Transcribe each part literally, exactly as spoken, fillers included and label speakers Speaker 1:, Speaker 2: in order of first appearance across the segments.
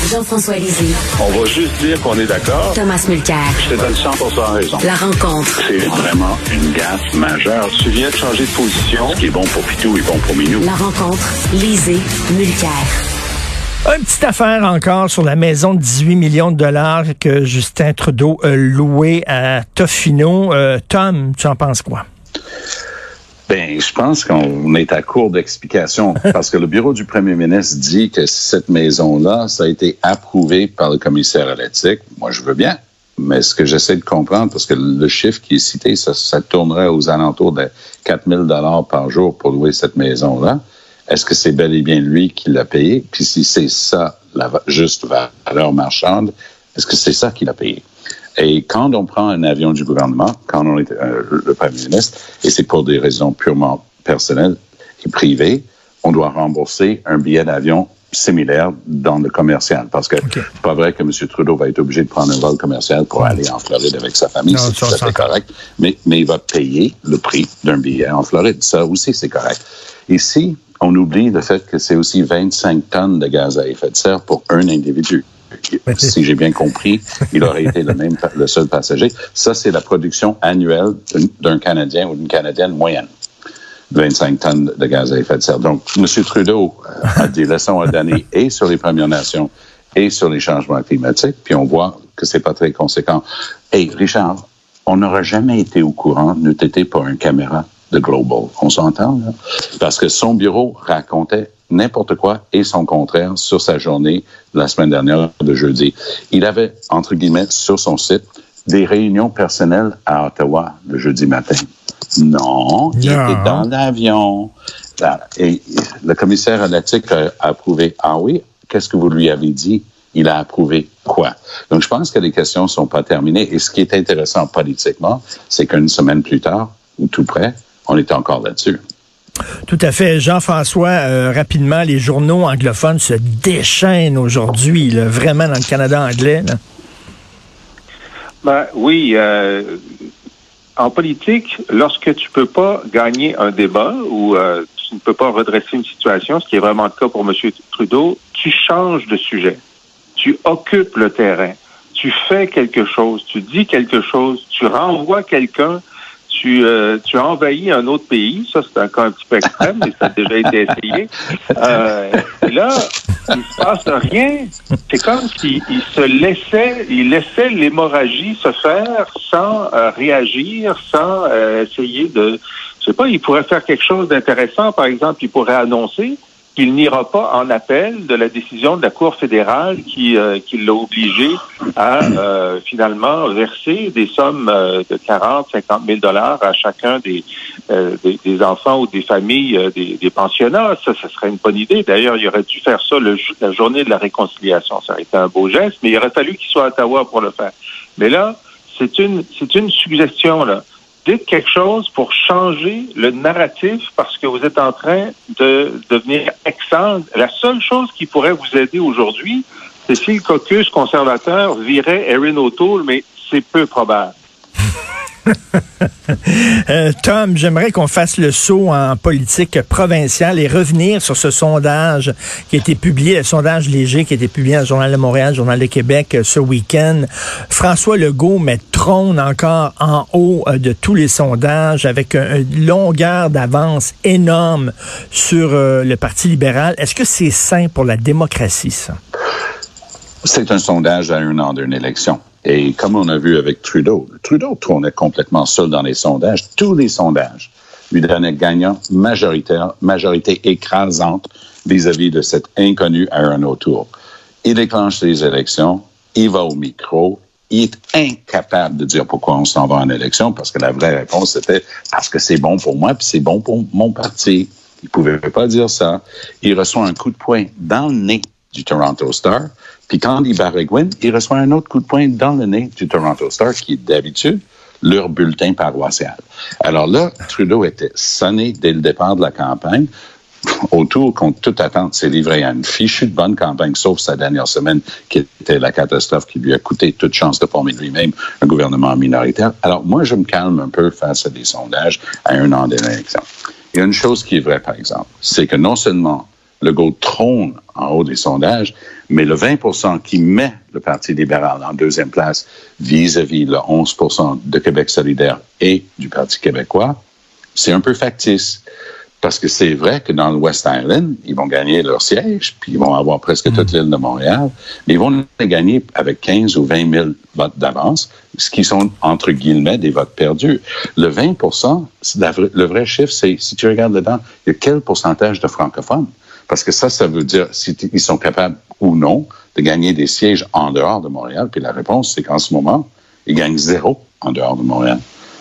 Speaker 1: Jean-François Lisée.
Speaker 2: On va juste dire qu'on est d'accord.
Speaker 1: Thomas Mulcair.
Speaker 2: Je te donne cent pour cent raison.
Speaker 1: La rencontre.
Speaker 2: C'est vraiment une gaffe majeure. Tu viens de changer de position. Ce qui est bon pour Pitou est bon pour Minou.
Speaker 1: La rencontre. Lisée. Mulcair.
Speaker 3: Une petite affaire encore sur la maison de dix-huit millions de dollars que Justin Trudeau a louée à Tofino. Euh, Tom, tu en penses quoi?
Speaker 4: Ben, je pense qu'on est à court d'explications parce que le bureau du premier ministre dit que cette maison-là, ça a été approuvé par le commissaire à l'éthique. Moi, je veux bien, mais ce que j'essaie de comprendre, parce que le chiffre qui est cité, ça, ça tournerait aux alentours de quatre mille dollars par jour pour louer cette maison-là. Est-ce que c'est bel et bien lui qui l'a payé? Puis si c'est ça, la juste valeur marchande, est-ce que c'est ça qu'il a payé? Et quand on prend un avion du gouvernement, quand on est euh, le premier ministre, et c'est pour des raisons purement personnelles et privées, on doit rembourser un billet d'avion similaire dans le commercial. Parce que okay. c'est pas vrai que M. Trudeau va être obligé de prendre un vol commercial pour ouais. aller en Floride avec sa famille. Non, c'est tout à fait correct. Mais, mais il va payer le prix d'un billet en Floride. Ça aussi, c'est correct. Ici, on oublie le fait que c'est aussi vingt-cinq tonnes de gaz à effet de serre pour un individu. Si j'ai bien compris, il aurait été le même, le seul passager. Ça, c'est la production annuelle d'un Canadien ou d'une Canadienne moyenne. vingt-cinq tonnes de gaz à effet de serre. Donc, M. Trudeau a des leçons à donner et sur les Premières Nations et sur les changements climatiques, puis on voit que c'est pas très conséquent. Hey, Richard, on n'aura jamais été au courant, nous t'étais pas une caméra de Global. On s'entend, là? Parce que son bureau racontait n'importe quoi et son contraire sur sa journée de la semaine dernière, de jeudi. Il avait, entre guillemets, sur son site, des réunions personnelles à Ottawa le jeudi matin. Non, il yeah. était dans l'avion. Et le commissaire à l'éthique a approuvé. Ah oui, qu'est-ce que vous lui avez dit? Il a approuvé quoi? Donc, je pense que les questions ne sont pas terminées. Et ce qui est intéressant politiquement, c'est qu'une semaine plus tard, ou tout près, on est encore là-dessus.
Speaker 3: Tout à fait. Jean-François, euh, rapidement, les journaux anglophones se déchaînent aujourd'hui, là, vraiment dans le Canada anglais. Là.
Speaker 5: Ben, oui. Euh, en politique, lorsque tu peux pas gagner un débat ou euh, tu ne peux pas redresser une situation, ce qui est vraiment le cas pour M. Trudeau, tu changes de sujet. Tu occupes le terrain. Tu fais quelque chose. Tu dis quelque chose. Tu renvoies quelqu'un. Tu, euh, tu as envahi un autre pays, ça c'est un cas un petit peu extrême, mais ça a déjà été essayé. Euh, et là, il se passe rien. C'est comme s'il il se laissait, il laissait l'hémorragie se faire sans euh, réagir, sans euh, essayer de, je sais pas, il pourrait faire quelque chose d'intéressant. Par exemple, il pourrait annoncer qu'il n'ira pas en appel de la décision de la Cour fédérale qui, euh, qui l'a obligé à euh, finalement verser des sommes euh, de quarante, cinquante mille dollars à chacun des, euh, des, des enfants ou des familles euh, des, des pensionnats. Ça, ça serait une bonne idée. D'ailleurs, il aurait dû faire ça le, la journée de la réconciliation. Ça aurait été un beau geste, mais il aurait fallu qu'il soit à Ottawa pour le faire. Mais là, c'est une, c'est une suggestion, là. Dites quelque chose pour changer le narratif parce que vous êtes en train de devenir exsangue. La seule chose qui pourrait vous aider aujourd'hui, c'est si le caucus conservateur virait Erin O'Toole, mais c'est peu probable.
Speaker 3: euh, Tom, j'aimerais qu'on fasse le saut en politique provinciale et revenir sur ce sondage qui a été publié, le sondage léger qui a été publié dans le Journal de Montréal, le Journal de Québec euh, ce week-end. François Legault met trône encore en haut euh, de tous les sondages avec un, une longueur d'avance énorme sur euh, le Parti libéral. Est-ce que c'est sain pour la démocratie, ça?
Speaker 4: C'est un sondage à un an d'une élection. Et comme on a vu avec Trudeau, Trudeau tournait complètement seul dans les sondages. Tous les sondages lui donnaient gagnant majoritaire, majorité écrasante vis-à-vis de cet inconnu Erin O'Toole. Il déclenche les élections, il va au micro, il est incapable de dire pourquoi on s'en va en élection, parce que la vraie réponse était parce que c'est bon pour moi, puis c'est bon pour mon parti. Il pouvait pas dire ça. Il reçoit un coup de poing dans le nez du Toronto Star. Puis quand il Barregouin, il reçoit un autre coup de poing dans le nez du Toronto Star, qui est d'habitude leur bulletin paroissial. Alors là, Trudeau était sonné dès le départ de la campagne. Autour, contre toute attente, s'est livré à une fichue de bonne campagne, sauf sa dernière semaine, qui était la catastrophe qui lui a coûté toute chance de former lui-même un gouvernement minoritaire. Alors moi, je me calme un peu face à des sondages à un an de l'élection. Il y a une chose qui est vraie, par exemple, c'est que non seulement Legault trône en haut des sondages, Mais le vingt pour cent qui met le Parti libéral en deuxième place vis-à-vis le onze pour cent de Québec solidaire et du Parti québécois, c'est un peu factice. Parce que c'est vrai que dans le West Island, ils vont gagner leur siège, puis ils vont avoir presque toute l'île de Montréal, mais ils vont les gagner avec quinze ou vingt mille votes d'avance, ce qui sont, entre guillemets, des votes perdus. Le vingt pour cent, le vrai chiffre, c'est, si tu regardes dedans, il y a quel pourcentage de francophones? Parce que ça, ça veut dire s'ils sont capables ou non de gagner des sièges en dehors de Montréal. Puis la réponse, c'est qu'en ce moment, ils gagnent zéro en dehors de Montréal.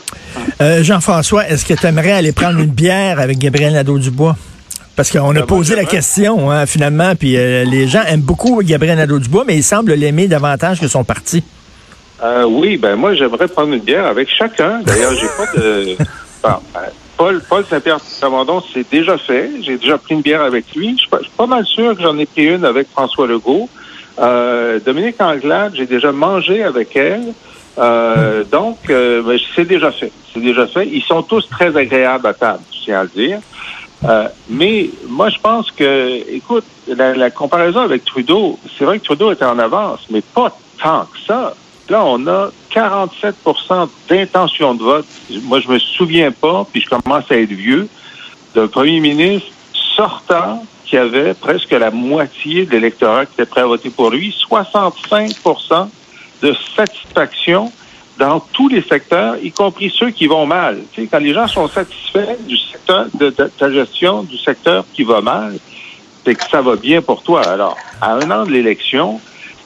Speaker 3: Euh, Jean-François, est-ce que tu aimerais aller prendre une bière avec Gabriel Nadeau-Dubois? Parce qu'on a posé la question, hein, finalement, puis euh, les gens aiment beaucoup Gabriel Nadeau-Dubois, mais ils semblent l'aimer davantage que son parti.
Speaker 5: Euh, oui, ben moi, j'aimerais prendre une bière avec chacun. D'ailleurs, j'ai pas de... Bon, ben, Paul, Paul Saint-Pierre Plamondon, c'est déjà fait. J'ai déjà pris une bière avec lui. Je suis pas, pas mal sûr que j'en ai pris une avec François Legault. Euh, Dominique Anglade, j'ai déjà mangé avec elle. Euh, donc, euh, ben, c'est déjà fait. C'est déjà fait. Ils sont tous très agréables à table, je tiens à le dire. Euh, mais moi, je pense que, écoute, la, la comparaison avec Trudeau, c'est vrai que Trudeau était en avance, mais pas tant que ça. Là, on a quarante-sept pour cent d'intention de vote. Moi, je me souviens pas, puis je commence à être vieux, d'un premier ministre sortant qui avait presque la moitié de l'électorat qui était prêt à voter pour lui, soixante-cinq pour cent de satisfaction dans tous les secteurs, y compris ceux qui vont mal. Tu sais, quand les gens sont satisfaits du secteur de, de ta gestion du secteur qui va mal, c'est que ça va bien pour toi. Alors, à un an de l'élection,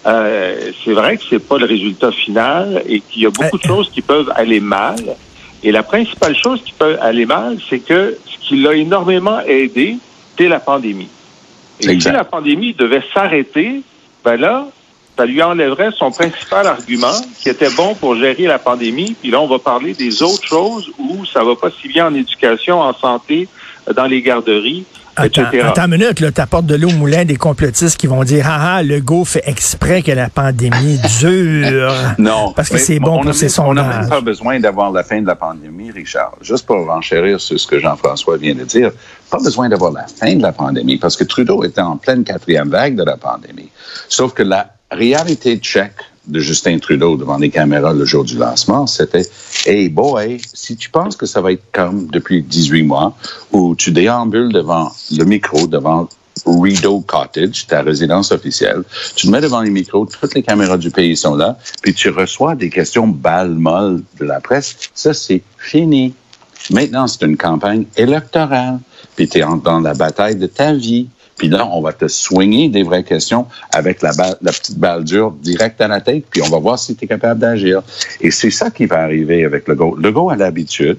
Speaker 5: euh, c'est vrai que c'est pas le résultat final et qu'il y a beaucoup de choses qui peuvent aller mal. Et la principale chose qui peut aller mal, c'est que ce qui l'a énormément aidé, c'est la pandémie. Et exact. Si la pandémie devait s'arrêter, ben là, ça lui enlèverait son principal argument qui était bon pour gérer la pandémie. Puis là, on va parler des autres choses où ça va pas si bien en éducation, en santé, dans les garderies,
Speaker 3: attends, et cetera. Attends une minute, là, t'apportes de l'eau au moulin des complotistes qui vont dire « Ah ah, Legault fait exprès que la pandémie dure. »
Speaker 4: Non.
Speaker 3: Parce que c'est bon pour ses sondages.
Speaker 4: On n'a même pas besoin d'avoir la fin de la pandémie, Richard. Juste pour renchérir sur ce que Jean-François vient de dire, pas besoin d'avoir la fin de la pandémie parce que Trudeau était en pleine quatrième vague de la pandémie. Sauf que la réalité tchèque de Justin Trudeau devant les caméras le jour du lancement, c'était « Hey boy, si tu penses que ça va être comme depuis dix-huit mois, où tu déambules devant le micro, devant Rideau Cottage, ta résidence officielle, tu te mets devant les micros, toutes les caméras du pays sont là, puis tu reçois des questions balles-molles de la presse, ça c'est fini. Maintenant, c'est une campagne électorale, puis tu es dans la bataille de ta vie. Puis là, on va te soigner des vraies questions avec la, balle, la petite balle dure direct à la tête, puis on va voir si tu es capable d'agir. Et c'est ça qui va arriver avec Legault. Legault a l'habitude,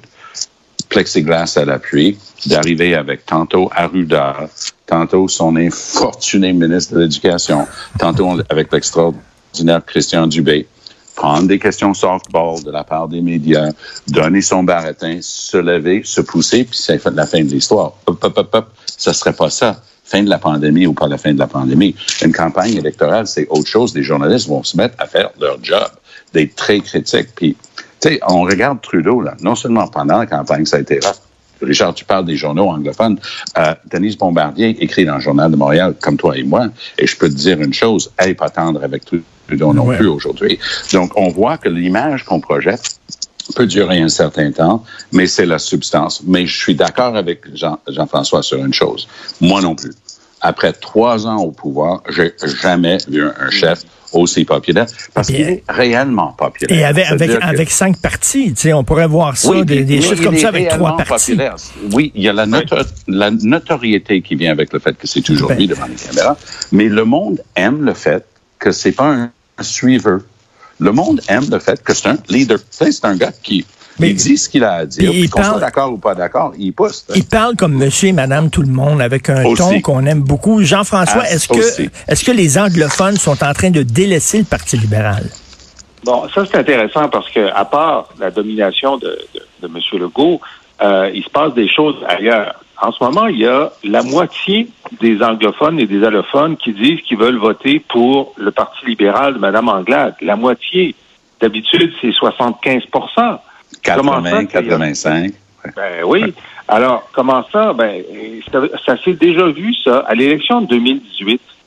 Speaker 4: plexiglas à l'appui, d'arriver avec tantôt Arruda, tantôt son infortuné ministre de l'Éducation, tantôt avec l'extraordinaire Christian Dubé, prendre des questions softball de la part des médias, donner son baratin, se lever, se pousser, puis c'est la fin de l'histoire. Hop, hop, hop, hop. Ça serait pas ça. Fin de la pandémie ou pas la fin de la pandémie. Une campagne électorale, c'est autre chose. Les journalistes vont se mettre à faire leur job, d'être très critiques. Puis, tu sais, on regarde Trudeau, là. Non seulement pendant la campagne, ça a été rare. Richard, tu parles des journaux anglophones. Euh, Denise Bombardier écrit dans le Journal de Montréal, comme toi et moi, et je peux te dire une chose, elle n'est pas tendre avec Trudeau non ouais. plus aujourd'hui. Donc, on voit que l'image qu'on projette peut durer un certain temps, mais c'est la substance. Mais je suis d'accord avec Jean, Jean-François sur une chose. Moi non plus. Après trois ans au pouvoir, j'ai jamais vu un, un chef aussi populaire, parce qu'il est réellement populaire.
Speaker 3: Et avec, avec, avec que... cinq partis, tu sais, on pourrait voir ça, oui, des, des oui, chiffres comme ça avec trois partis. Populaire.
Speaker 4: Oui, il y a la, noto- oui. la notoriété qui vient avec le fait que c'est toujours ben. lui devant les caméras, mais le monde aime le fait que c'est pas un, un suiveur. Le monde aime le fait que c'est un leader. C'est un gars qui mais, il dit ce qu'il a à dire. Puis qu'on parle, soit d'accord ou pas d'accord, il pousse.
Speaker 3: Il parle comme monsieur et madame tout le monde, avec un aussi. ton qu'on aime beaucoup. Jean-François, ah, est-ce que, est-ce que les anglophones sont en train de délaisser le Parti libéral?
Speaker 5: Bon, ça c'est intéressant parce que à part la domination de, de, de M. Legault, euh, il se passe des choses ailleurs. En ce moment, il y a la moitié des anglophones et des allophones qui disent qu'ils veulent voter pour le Parti libéral de Mme Anglade. La moitié, d'habitude, c'est soixante-quinze pour cent.
Speaker 4: quatre-vingts, quatre-vingt-cinq.
Speaker 5: Ben oui. Ouais. Alors, comment ça? Ben, ça, ça s'est déjà vu, ça, à l'élection de deux mille dix-huit.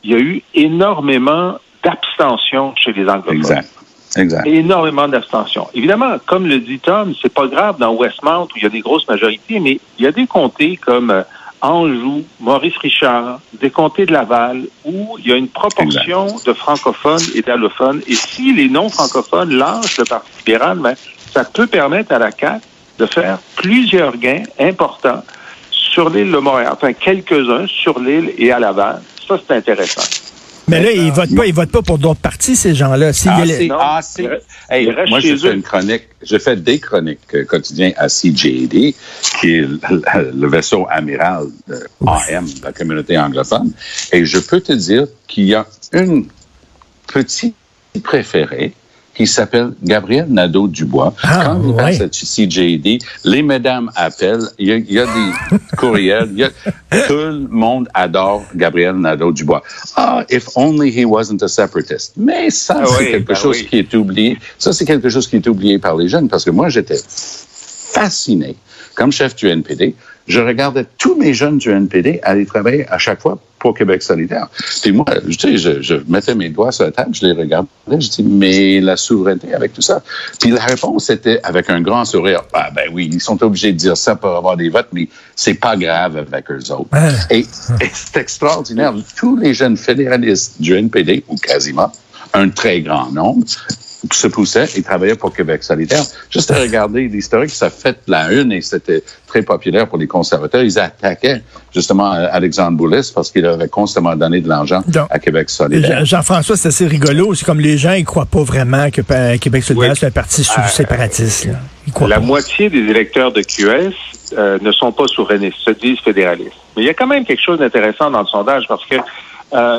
Speaker 5: il y a eu énormément d'abstention chez les anglophones.
Speaker 4: Exact. Exact.
Speaker 5: Énormément d'abstention. Évidemment, comme le dit Tom, c'est pas grave dans Westmount où il y a des grosses majorités, mais il y a des comtés comme euh, Anjou, Maurice-Richard, des comtés de Laval où il y a une proportion exact. de francophones et d'allophones. Et si les non-francophones lâchent le Parti libéral, ben, ça peut permettre à la C A Q de faire plusieurs gains importants sur l'île de Montréal. Enfin, quelques-uns sur l'île et à Laval. Ça, c'est intéressant.
Speaker 3: Mais là, ils votent pas, ils votent pas pour d'autres partis, ces gens-là. S'il
Speaker 4: ah,
Speaker 3: y a
Speaker 4: c'est,
Speaker 5: non,
Speaker 4: ah, c'est, hey,
Speaker 5: ils
Speaker 4: moi, j'ai fait une chronique, j'ai fait des chroniques euh, quotidiennes à C J A D, qui est le, le vaisseau amiral de A M, de la communauté anglophone. Et je peux te dire qu'il y a une petite préférée qui s'appelle Gabriel Nadeau-Dubois. Ah, Quand il ouais. passe à C J A D, les mesdames appellent, il y a, il y a des courriels, il y a, tout le monde adore Gabriel Nadeau-Dubois. Ah, if only he wasn't a separatist. Mais ça, ah c'est oui, quelque ah chose oui. qui est oublié. Ça, c'est quelque chose qui est oublié par les jeunes, parce que moi, j'étais fasciné, comme chef du N P D, je regardais tous mes jeunes du N P D aller travailler à chaque fois pour Québec solidaire. Puis moi, tu sais, je, je mettais mes doigts sur la table, je les regardais, je dis, mais la souveraineté avec tout ça. Puis la réponse était avec un grand sourire. Ah ben oui, ils sont obligés de dire ça pour avoir des votes, mais c'est pas grave avec eux autres. Ah. Et, et c'est extraordinaire. Tous les jeunes fédéralistes du N P D, ou quasiment, un très grand nombre, se poussaient et travaillaient pour Québec solidaire. Juste à regarder l'historique, ça fait la une et c'était très populaire pour les conservateurs. Ils attaquaient justement Alexandre Boulis parce qu'il avait constamment donné de l'argent Donc, à Québec solidaire.
Speaker 3: Jean-François, c'est assez rigolo. C'est comme les gens, ils croient pas vraiment que Québec solidaire, oui. c'est un parti euh, séparatiste. Là.
Speaker 5: La
Speaker 3: pas.
Speaker 5: moitié des électeurs de Q S euh, ne sont pas souverainistes, se disent fédéralistes. Mais il y a quand même quelque chose d'intéressant dans le sondage parce que euh,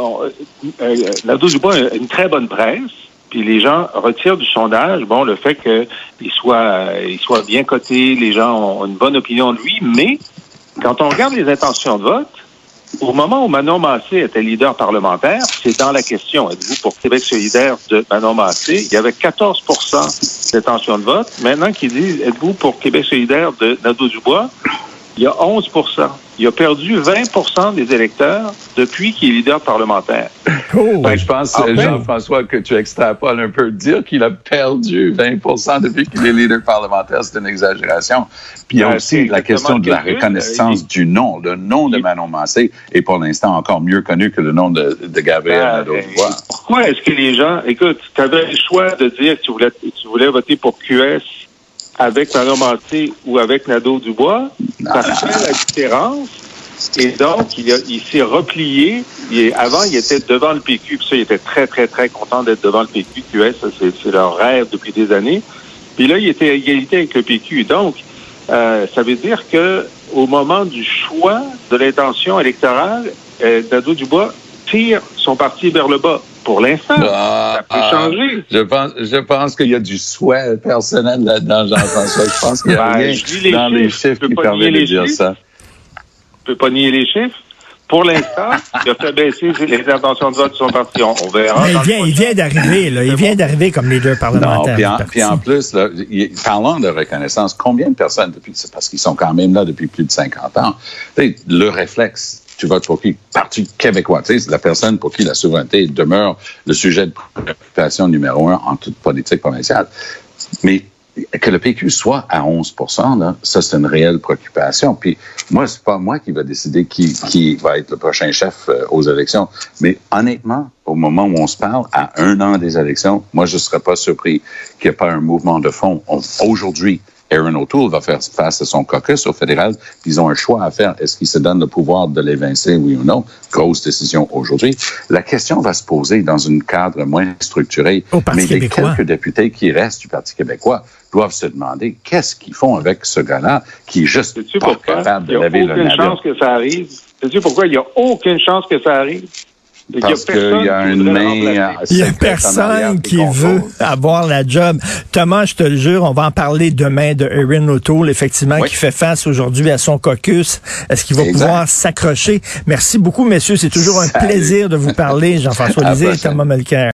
Speaker 5: euh, Nadeau-Dubois a une très bonne presse. Puis les gens retirent du sondage, bon, le fait qu'il soit, euh, il soit bien coté, les gens ont une bonne opinion de lui, mais quand on regarde les intentions de vote, au moment où Manon Massé était leader parlementaire, c'est dans la question, êtes-vous pour Québec solidaire de Manon Massé? Il y avait quatorze pour cent d'intention de vote. Maintenant qu'il dit, êtes-vous pour Québec solidaire de Nadeau-Dubois? Il y a onze pour cent. Il a perdu vingt pour cent des électeurs depuis qu'il est leader parlementaire.
Speaker 4: Oh, ben, je pense, enfin, Jean-François, que tu extrapoles un peu. Dire qu'il a perdu vingt pour cent depuis qu'il est leader parlementaire, c'est une exagération. Puis il y a aussi la question de la reconnaissance il, du nom. Le nom de il, Manon Massé est pour l'instant encore mieux connu que le nom de, de Gabriel ben, Nadeau-Dubois.
Speaker 5: Pourquoi est-ce que les gens... Écoute, tu avais le choix de dire que tu voulais, tu voulais voter pour Q S avec Manon Massé ou avec Nadeau-Dubois, ça fait la différence. Et donc, il, a, il s'est replié. Il est, avant, il était devant le P Q. Puis ça, il était très, très, très content d'être devant le P Q. Q S, ça, c'est, c'est leur rêve depuis des années. Puis là, il était à égalité avec le P Q. Donc, euh, ça veut dire que au moment du choix de l'intention électorale, euh, Nadeau-Dubois tire son parti vers le bas. Pour l'instant, ah, ça peut ah, changer.
Speaker 4: Je pense, je pense qu'il y a du souhait personnel là-dedans, Jean-François. Je pense qu'il y a ben, rien les dans chiffres. les chiffres qui permettent de dire chiffres. ça.
Speaker 5: Je peux pas nier les chiffres. Pour l'instant, il a fait baisser les intentions de vote de son parti. On, on verra.
Speaker 3: Mais il vient, il vient d'arriver, là. Il vient d'arriver comme leader parlementaire.
Speaker 4: Non, puis en, puis en plus, là, il, parlant de reconnaissance, combien de personnes depuis, c'est parce qu'ils sont quand même là depuis plus de cinquante ans, le réflexe, tu votes pour qui? Parti québécois. Tu sais, c'est la personne pour qui la souveraineté demeure le sujet de préoccupation numéro un en toute politique provinciale. Mais que le P Q soit à onze pour cent, là, ça, c'est une réelle préoccupation. Puis moi, c'est pas moi qui va décider qui, qui va être le prochain chef euh, aux élections. Mais honnêtement, au moment où on se parle, à un an des élections, moi, je ne serais pas surpris qu'il n'y ait pas un mouvement de fond. On, aujourd'hui, Erin O'Toole va faire face à son caucus au fédéral. Ils ont un choix à faire. Est-ce qu'ils se donnent le pouvoir de l'évincer, oui ou non? Grosse décision aujourd'hui. La question va se poser dans un cadre moins structuré. Mais les quelques députés qui restent du Parti québécois doivent se demander qu'est-ce qu'ils font avec ce gars-là qui est juste Sais-tu pas capable de laver le navire.
Speaker 5: Il n'y a aucune chance que ça arrive. Sais-tu pourquoi il n'y a aucune chance que ça arrive?
Speaker 4: Parce qu'il y a une main.
Speaker 3: Il y a personne qui veut avoir la job. Thomas, je te le jure, on va en parler demain de Erin O'Toole, effectivement, oui. qui fait face aujourd'hui à son caucus. Est-ce qu'il va exact. pouvoir s'accrocher? Merci beaucoup, messieurs. C'est toujours un Salut. plaisir de vous parler, Jean-François Lisée et Thomas Mulcair.